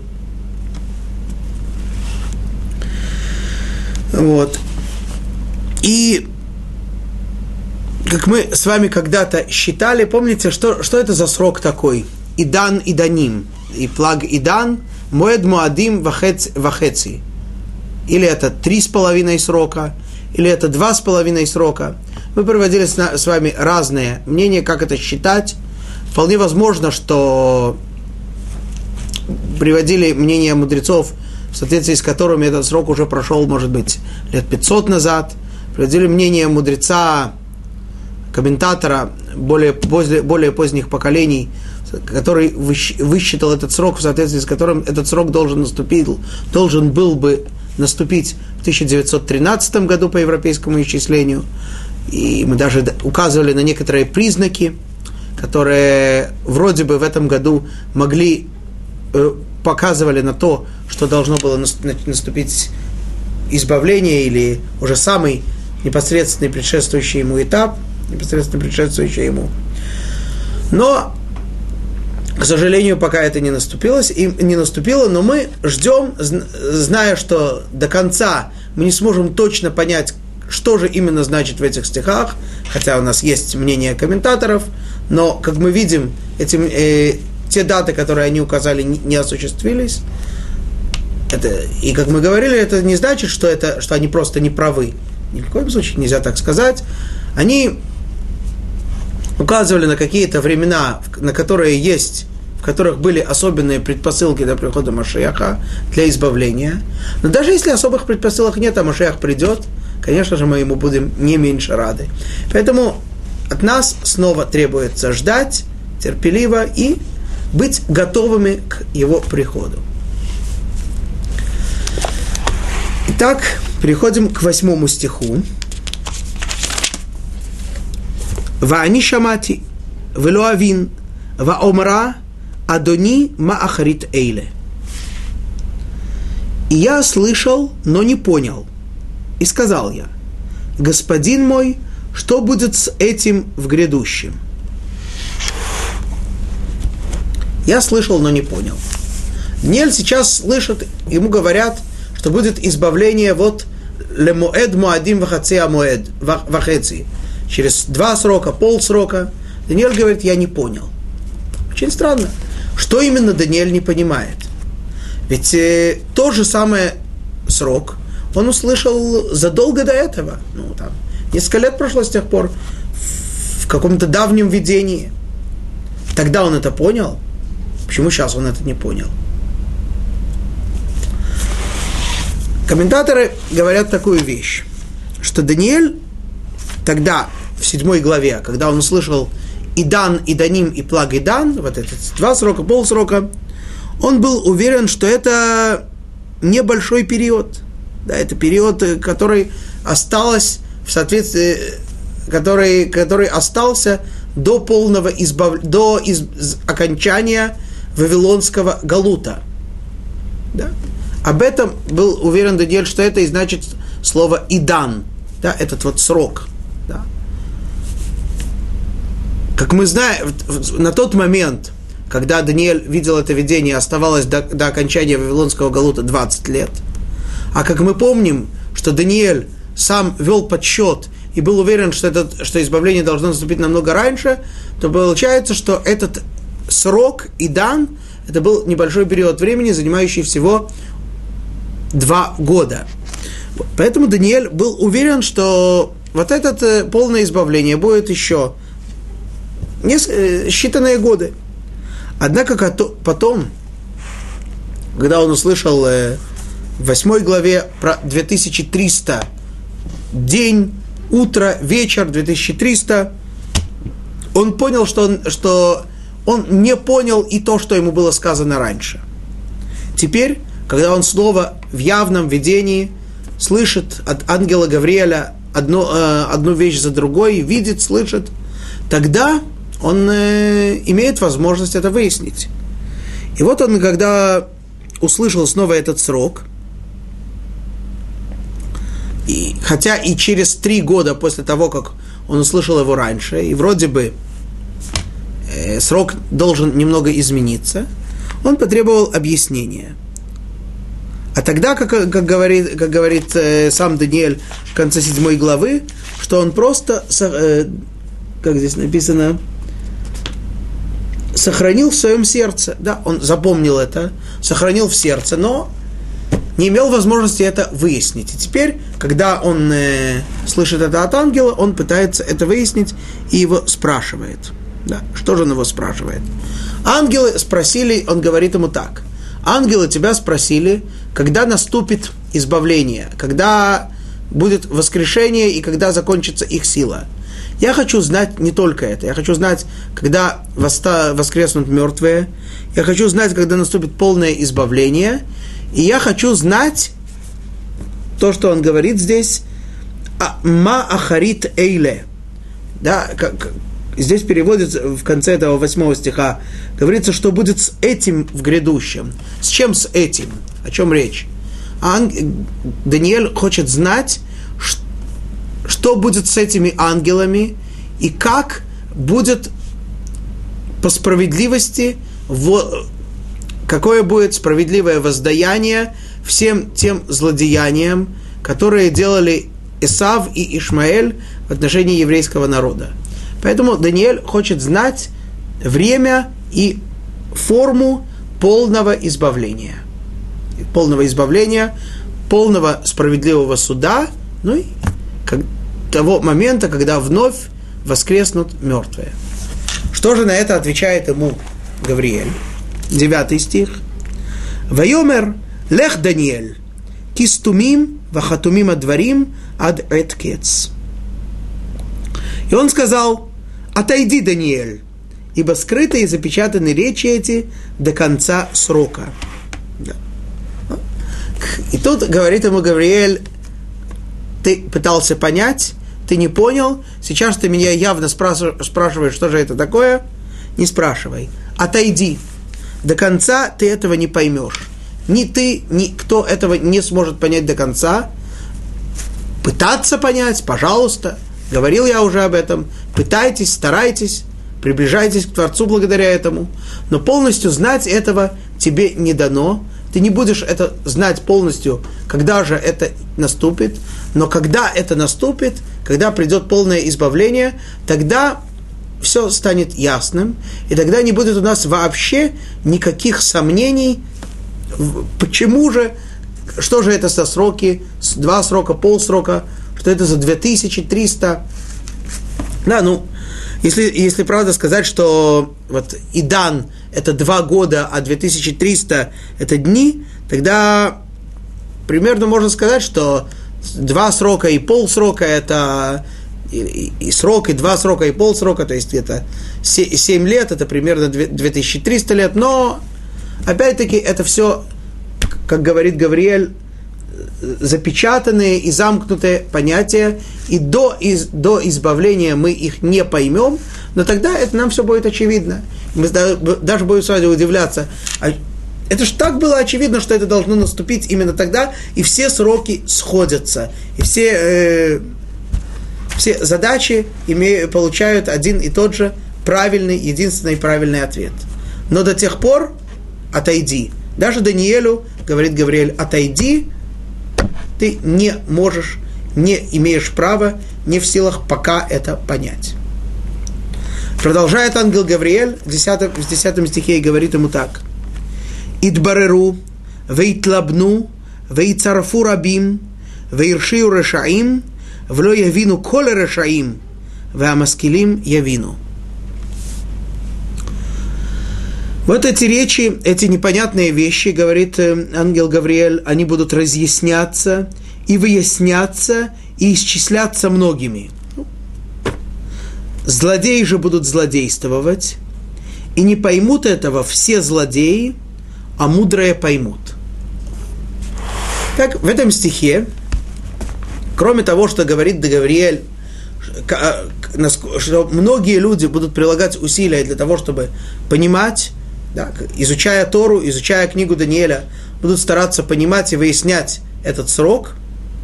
Вот. И как мы с вами когда-то считали, помните, что, что это за срок такой? Идан Иданим. И плаг Идан, Моэд Моадим Вахеци. Или это три с половиной срока, или это два с половиной срока. Мы проводили с вами разные мнения, как это считать. Вполне возможно, что приводили мнения мудрецов, в соответствии с которыми этот срок уже прошел, может быть, лет пятьсот назад. Приводили мнение мудреца, комментатора более, более поздних поколений, который высчитал этот срок, в соответствии с которым этот срок должен наступить, должен был бы наступить в тысяча девятьсот тринадцатом году по европейскому исчислению. И мы даже указывали на некоторые признаки, которые вроде бы в этом году могли, показывали на то, что должно было наступить избавление или уже самый непосредственный предшествующий ему этап, непосредственно предшествующий ему. Но, к сожалению, пока это не наступилось, и не наступило, но мы ждем, зная, что до конца мы не сможем точно понять, что же именно значит в этих стихах, хотя у нас есть мнение комментаторов, но, как мы видим, эти, э, те даты, которые они указали, не, не осуществились. Это, и, как мы говорили, это не значит, что, это, что они просто не правы. Ни в коем случае нельзя так сказать. Они указывали на какие-то времена, на которые есть, в которых были особенные предпосылки для прихода Машиаха, для избавления. Но даже если особых предпосылок нет, а Машиах придет, конечно же, мы ему будем не меньше рады. Поэтому от нас снова требуется ждать терпеливо и быть готовыми к его приходу. Итак, переходим к восьмому стиху. «Ваани шамати, вело авин, ваомра, адони маахарит эйле». «И я слышал, но не понял. И сказал я: Господин мой, что будет с этим в грядущем?» Я слышал, но не понял. Даниэль сейчас слышит, ему говорят, что будет избавление вот лемоэд муадим вахацеа муэд вахеци. Через два срока, полсрока. Даниэль говорит, я не понял. Очень странно. Что именно Даниэль не понимает? Ведь э, тот же самый срок он услышал задолго до этого. Ну, там, несколько лет прошло с тех пор, в каком-то давнем видении. Тогда он это понял. Почему сейчас он это не понял? Комментаторы говорят такую вещь, что Даниэль тогда, в седьмой главе, когда он услышал Идан, Иданим и Плаг Идан, вот эти два срока, полсрока, он был уверен, что это небольшой период. Да, это период, который осталось в соответствии, который, который остался до полного избав... до из... окончания Вавилонского галута. Да? Об этом был уверен Даниэль, что это и значит слово «идан», да, этот вот срок. Да. Как мы знаем, на тот момент, когда Даниэль видел это видение, оставалось до, до окончания Вавилонского галута двадцать лет. А как мы помним, что Даниэль сам вел подсчет и был уверен, что, этот, что избавление должно наступить намного раньше, то получается, что этот срок, идан, это был небольшой период времени, занимающий всего два года. Поэтому Даниэль был уверен, что вот это полное избавление будет еще несколько, считанные годы. Однако потом, когда он услышал в восьмой главе про две тысячи триста день, утро, вечер, две тысячи триста, он понял, что он, что он не понял и то, что ему было сказано раньше. Теперь, когда он снова в явном видении слышит от ангела Гавриэля одну, э, одну вещь за другой, видит, слышит, тогда он э, имеет возможность это выяснить. И вот он, когда услышал снова этот срок, и, хотя и через три года после того, как он услышал его раньше, и вроде бы э, срок должен немного измениться, он потребовал объяснения. А тогда, как, как говорит, как говорит э, сам Даниэль в конце седьмой главы, что он просто, э, как здесь написано, сохранил в своем сердце. Да, он запомнил это, сохранил в сердце, но не имел возможности это выяснить. И теперь, когда он э, слышит это от ангела, он пытается это выяснить и его спрашивает. Да, что же он его спрашивает? Ангелы спросили, он говорит ему так. Ангелы тебя спросили, когда наступит избавление, когда будет воскрешение и когда закончится их сила. Я хочу знать не только это. Я хочу знать, когда воста- воскреснут мертвые. Я хочу знать, когда наступит полное избавление. И я хочу знать то, что он говорит здесь. Ма ахарит эйле. Да, как... Здесь переводится в конце этого восьмого стиха, говорится, что будет с этим в грядущем. С чем с этим? О чем речь? Ан... Даниэль хочет знать, что будет с этими ангелами и как будет по справедливости, в... какое будет справедливое воздаяние всем тем злодеяниям, которые делали Исав и Ишмаэль в отношении еврейского народа. Поэтому Даниэль хочет знать время и форму полного избавления. Полного избавления, полного справедливого суда, ну и как, того момента, когда вновь воскреснут мертвые. Что же на это отвечает ему Гавриэль? Девятый стих. «Вайомер лех Даниэль, кистумим вахатумим адварим ад эткец». И он сказал: «Отойди, Даниэль, ибо скрыты и запечатаны речи эти до конца срока». Да. И тут говорит ему Гавриэль: ты пытался понять, ты не понял, сейчас ты меня явно спрашиваешь, что же это такое, не спрашивай, отойди, до конца ты этого не поймешь. Ни ты, ни кто этого не сможет понять до конца. Пытаться понять, пожалуйста, говорил я уже об этом, пытайтесь, старайтесь, приближайтесь к Творцу благодаря этому, но полностью знать этого тебе не дано, ты не будешь это знать полностью, когда же это наступит, но когда это наступит, когда придет полное избавление, тогда все станет ясным, и тогда не будет у нас вообще никаких сомнений, почему же, что же это за сроки, два срока, полсрока, что это за две тысячи триста. Да, ну, если, если правда сказать, что вот Идан – это два года, а две тысячи триста – это дни, тогда примерно можно сказать, что два срока и полсрока – это и, и срок, и два срока, и полсрока, то есть где-то семь лет, это примерно две тысячи триста лет, но опять-таки это все, как говорит Гавриэль, запечатанные и замкнутые понятия, и до, из, до избавления мы их не поймем, но тогда это нам все будет очевидно. Мы даже будем с вами удивляться. Это же так было очевидно, что это должно наступить именно тогда, и все сроки сходятся, и все, э, все задачи имеют, получают один и тот же правильный, единственный правильный ответ. Но до тех пор отойди. Даже Даниэлю, говорит Гавриэль, отойди, ты не можешь, не имеешь права, не в силах пока это понять. Продолжает ангел Гавриэль в десятом, в десятом стихе и говорит ему так. «Идбареру, вейтлабну, вейцарфу рабим, вейршию решаим, вло явину коле решаим, веамаскилим явину». Вот эти речи, эти непонятные вещи, говорит ангел Гавриэль, они будут разъясняться и выясняться и исчисляться многими. Злодеи же будут злодействовать, и не поймут этого все злодеи, а мудрые поймут. Так, в этом стихе, кроме того, что говорит Гавриэль, что многие люди будут прилагать усилия для того, чтобы понимать, да, изучая Тору, изучая книгу Даниэля, будут стараться понимать и выяснять этот срок,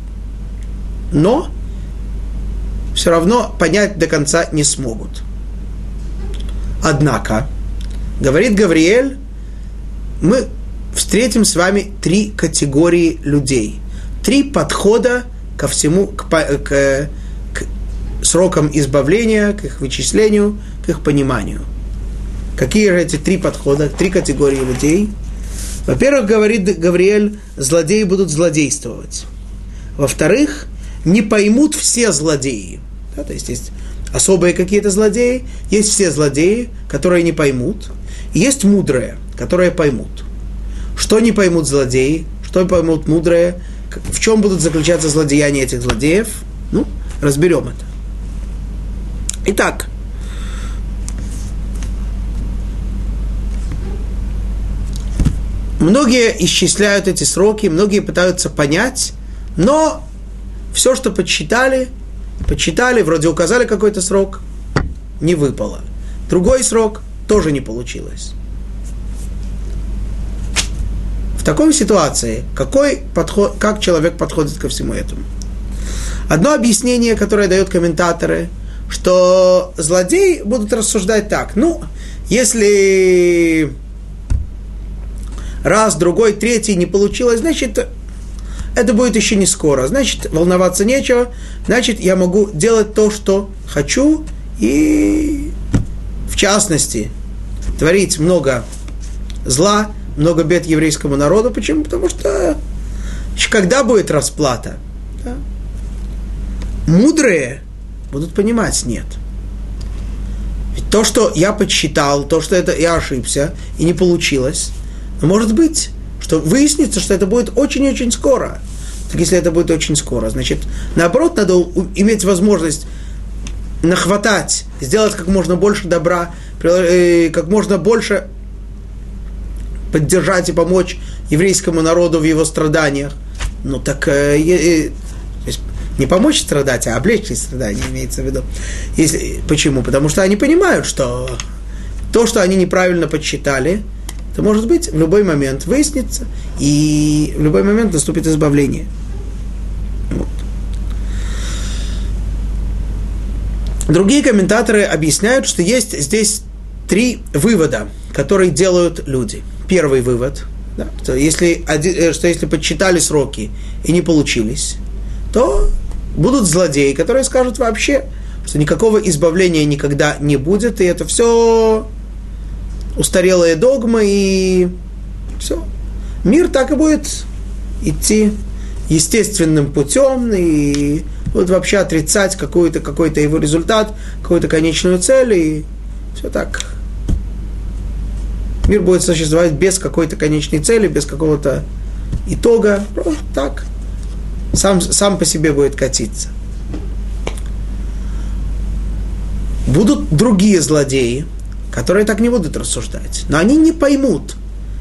но все равно понять до конца не смогут. Однако, говорит Гавриэль, мы встретим с вами три категории людей, три подхода ко всему, к, к, к срокам избавления, к их вычислению, к их пониманию. Какие же эти три подхода, три категории людей? Во-первых, говорит Гавриэль, злодеи будут злодействовать. Во-вторых, не поймут все злодеи. Да, то есть есть особые какие-то злодеи, есть все злодеи, которые не поймут, и есть мудрые, которые поймут. Что не поймут злодеи, что поймут мудрые, в чем будут заключаться злодеяния этих злодеев? Ну, разберем это. Итак, многие исчисляют эти сроки, многие пытаются понять, но все, что подсчитали, подсчитали, вроде указали какой-то срок, не выпало. Другой срок тоже не получилось. В такой ситуации, какой подход, как человек подходит ко всему этому? Одно объяснение, которое дают комментаторы, что злодеи будут рассуждать так. Ну, если раз, другой, третий не получилось, значит, это будет еще не скоро. Значит, волноваться нечего. Значит, я могу делать то, что хочу. И, в частности, творить много зла, много бед еврейскому народу. Почему? Потому что когда будет расплата? Да? Мудрые будут понимать, нет. Ведь то, что я подсчитал, то, что это я ошибся и не получилось, может быть, что выяснится, что это будет очень-очень скоро. Так если это будет очень скоро, значит, наоборот, надо иметь возможность нахватать, сделать как можно больше добра, как можно больше поддержать и помочь еврейскому народу в его страданиях. Ну так, э, э, не помочь страдать, а облегчить страдания, имеется в виду. Если, почему? Потому что они понимают, что то, что они неправильно подсчитали, то, может быть, в любой момент выяснится, и в любой момент наступит избавление. Вот. Другие комментаторы объясняют, что есть здесь три вывода, которые делают люди. Первый вывод. Да? Что, если, что если подсчитали сроки и не получились, то будут злодеи, которые скажут вообще, что никакого избавления никогда не будет, и это все устарелые догмы, и все. Мир так и будет идти естественным путем, и будет вообще отрицать какой-то, какой-то его результат, какую-то конечную цель, и все так. Мир будет существовать без какой-то конечной цели, без какого-то итога, просто так. Сам, сам по себе будет катиться. Будут другие злодеи, которые так не будут рассуждать. Но они не поймут,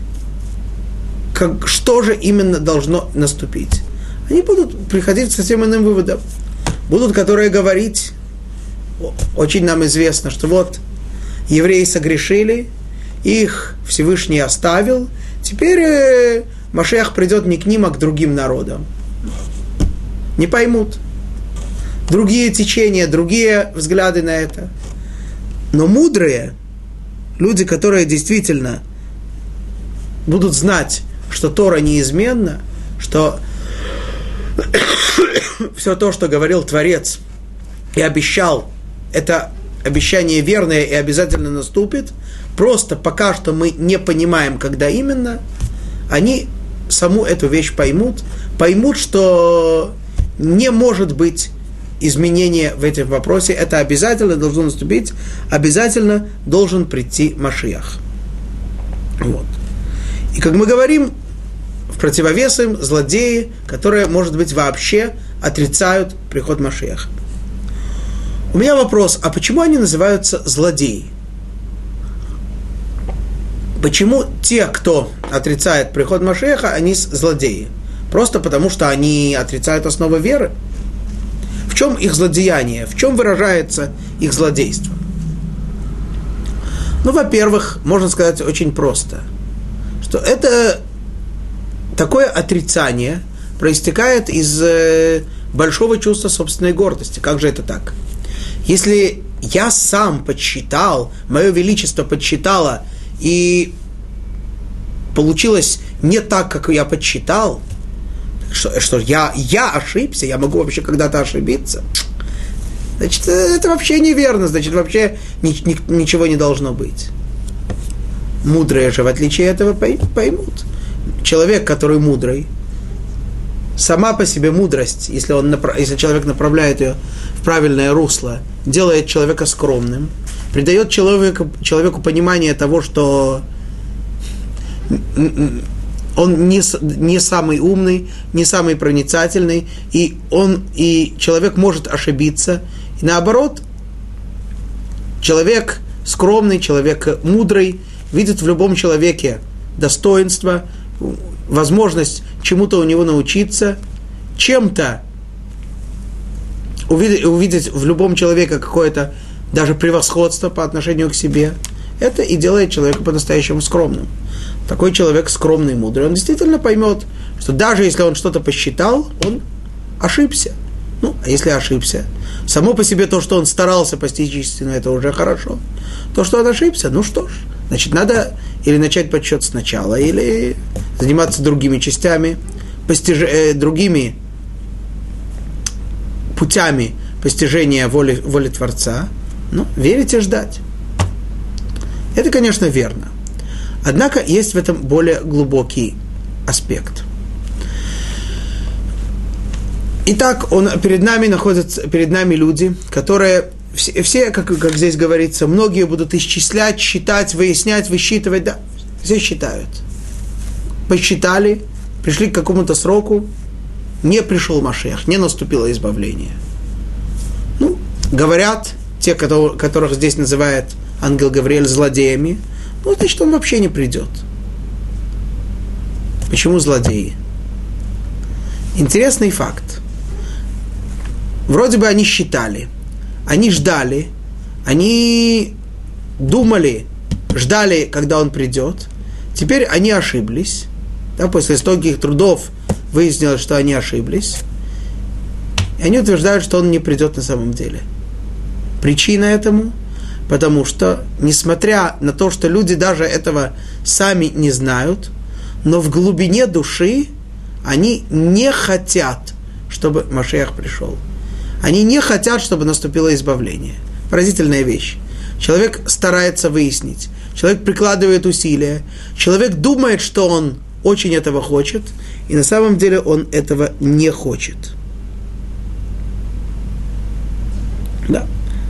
как, что же именно должно наступить. Они будут приходить к совсем иным выводам. Будут, которые говорить, очень нам известно, что вот евреи согрешили, их Всевышний оставил, теперь э, Машиах придет не к ним, а к другим народам. Не поймут. Другие течения, другие взгляды на это. Но мудрые, люди, которые действительно будут знать, что Тора неизменна, что все то, что говорил Творец и обещал, это обещание верное и обязательно наступит, просто пока что мы не понимаем, когда именно, они саму эту вещь поймут, поймут, что не может быть изменения в этом вопросе, это обязательно должно наступить, обязательно должен прийти Машиах. Вот. И как мы говорим, в противовес им злодеи, которые, может быть, вообще отрицают приход Машиаха. У меня вопрос, а почему они называются злодеи? Почему те, кто отрицает приход Машиаха, они злодеи? Просто потому, что они отрицают основы веры? В чем их злодеяние? В чем выражается их злодейство? Ну, во-первых, можно сказать очень просто, что это такое отрицание проистекает из большого чувства собственной гордости. Как же это так? Если я сам подсчитал, мое величество подсчитало, и получилось не так, как я подсчитал, что, что я, я ошибся, я могу вообще когда-то ошибиться, значит, это вообще неверно, значит, вообще ни, ни, ничего не должно быть. Мудрые же, в отличие от этого, поймут. Человек, который мудрый, сама по себе мудрость, если, он, если человек направляет ее в правильное русло, делает человека скромным, придает человеку, человеку понимание того, что он не, не самый умный, не самый проницательный, и, он, и человек может ошибиться. И наоборот, человек скромный, человек мудрый видит в любом человеке достоинство, возможность чему-то у него научиться, чем-то увидеть, увидеть в любом человеке какое-то даже превосходство по отношению к себе. Это и делает человека по-настоящему скромным. Такой человек скромный, мудрый, он действительно поймет, что даже если он что-то посчитал, он ошибся. Ну, а если ошибся, само по себе то, что он старался постичь истину, это уже хорошо. То, что он ошибся, ну что ж, значит, надо или начать подсчет сначала, или заниматься другими частями, постиж... э, другими путями постижения воли, воли Творца. Ну, верить и ждать. Это, конечно, верно. Однако есть в этом более глубокий аспект. Итак, он, перед нами находятся, перед нами люди, которые все, все как, как здесь говорится, многие будут исчислять, считать, выяснять, высчитывать, да, все считают. Посчитали, пришли к какому-то сроку, не пришел Машиах, не наступило избавление. Ну, говорят, те, которых здесь называет ангел Гавриэль злодеями, ну, значит, он вообще не придет. Почему злодеи? Интересный факт. Вроде бы они считали, они ждали, они думали, ждали, когда он придет. Теперь они ошиблись. Да, после стольких трудов выяснилось, что они ошиблись. И они утверждают, что он не придет на самом деле. Причина этому, потому что, несмотря на то, что люди даже этого сами не знают, но в глубине души они не хотят, чтобы Машиах пришел. Они не хотят, чтобы наступило избавление. Поразительная вещь. Человек старается выяснить, человек прикладывает усилия, человек думает, что он очень этого хочет, и на самом деле он этого не хочет. Да.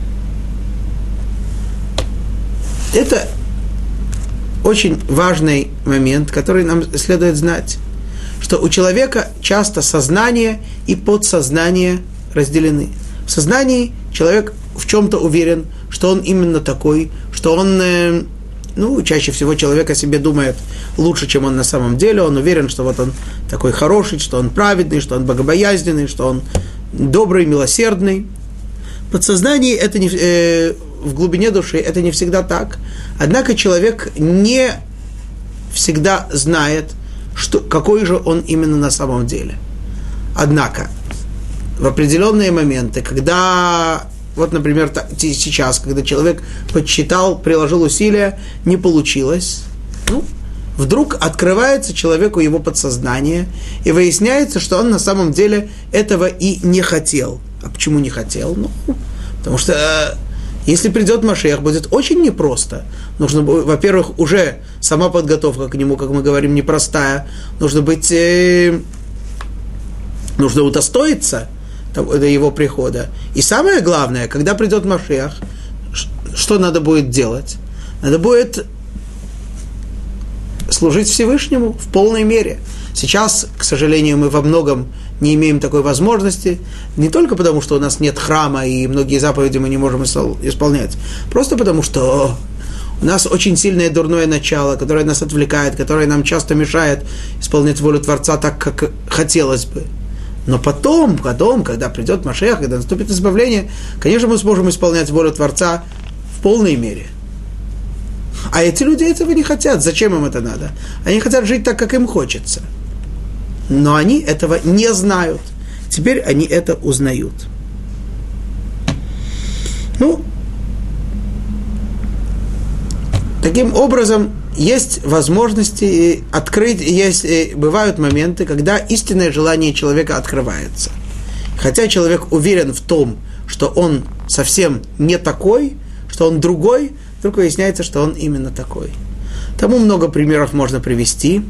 Это очень важный момент, который нам следует знать, что у человека часто сознание и подсознание разделены. В сознании человек в чем-то уверен, что он именно такой, что он, э, ну, чаще всего человек о себе думает лучше, чем он на самом деле, он уверен, что вот он такой хороший, что он праведный, что он богобоязненный, что он добрый, милосердный. В подсознании это не, э, в глубине души это не всегда так, однако человек не всегда знает, что, какой же он именно на самом деле. Однако, в определенные моменты, когда, вот, например, сейчас, когда человек подсчитал, приложил усилия, не получилось, ну, вдруг открывается человеку его подсознание, и выясняется, что он на самом деле этого и не хотел. А почему не хотел? Ну, потому что если придет Машиах, будет очень непросто. Нужно, во-первых, уже сама подготовка к нему, как мы говорим, непростая. Нужно быть, э, нужно удостоиться до его прихода. И самое главное, когда придет Машиах, что надо будет делать? Надо будет служить Всевышнему в полной мере. Сейчас, к сожалению, мы во многом не имеем такой возможности, не только потому, что у нас нет храма и многие заповеди мы не можем исполнять, просто потому, что у нас очень сильное дурное начало, которое нас отвлекает, которое нам часто мешает исполнять волю Творца так, как хотелось бы. Но потом, потом, когда придет Машиах, когда наступит избавление, конечно, мы сможем исполнять волю Творца в полной мере. А эти люди этого не хотят. Зачем им это надо? Они хотят жить так, как им хочется. Но они этого не знают. Теперь они это узнают. Ну, таким образом, есть возможности открыть, есть, бывают моменты, когда истинное желание человека открывается. Хотя человек уверен в том, что он совсем не такой, что он другой, вдруг выясняется, что он именно такой. Тому много примеров можно привести.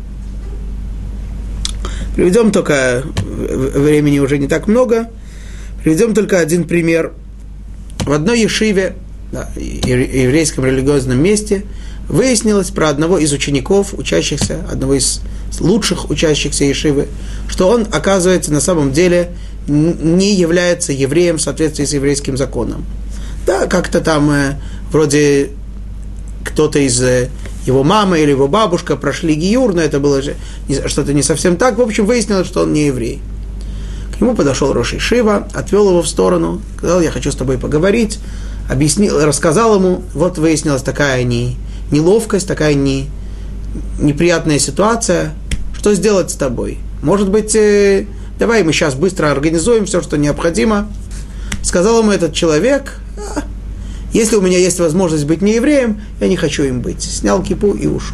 Приведем только, времени уже не так много, приведем только один пример. В одной ешиве, да, еврейском религиозном месте, выяснилось про одного из учеников, учащихся, одного из лучших учащихся ешивы, что он, оказывается, на самом деле не является евреем в соответствии с еврейским законом. Да, как-то там вроде кто-то из его мамы или его бабушка прошли гиюр, но это было же что-то не совсем так. В общем, выяснилось, что он не еврей. К нему подошел рош ешива, отвел его в сторону, сказал: я хочу с тобой поговорить, объяснил, рассказал ему, вот выяснилась такая не, неловкость, такая не, неприятная ситуация, что сделать с тобой? Может быть, э, давай мы сейчас быстро организуем все, что необходимо. Сказал ему этот человек: а, если у меня есть возможность быть не евреем, я не хочу им быть. Снял кипу и ушел.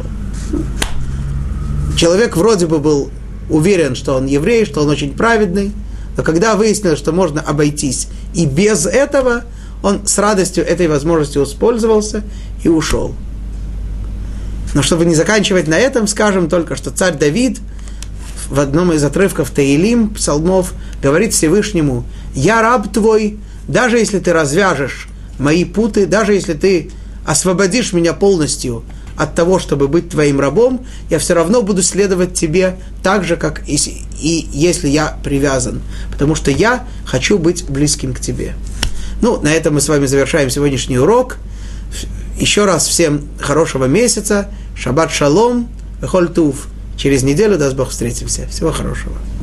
Человек вроде бы был уверен, что он еврей, что он очень праведный, но когда выяснилось, что можно обойтись и без этого, он с радостью этой возможностью воспользовался и ушел. Но чтобы не заканчивать на этом, скажем только, что царь Давид в одном из отрывков Таилим, псалмов, говорит Всевышнему: «Я раб твой, даже если ты развяжешь мои путы, даже если ты освободишь меня полностью от того, чтобы быть твоим рабом, я все равно буду следовать тебе так же, как и, и если я привязан, потому что я хочу быть близким к тебе». Ну, на этом мы с вами завершаем сегодняшний урок. Еще раз всем хорошего месяца, шаббат шалом, вехоль тув. Через неделю, даст Бог, встретимся. Всего хорошего.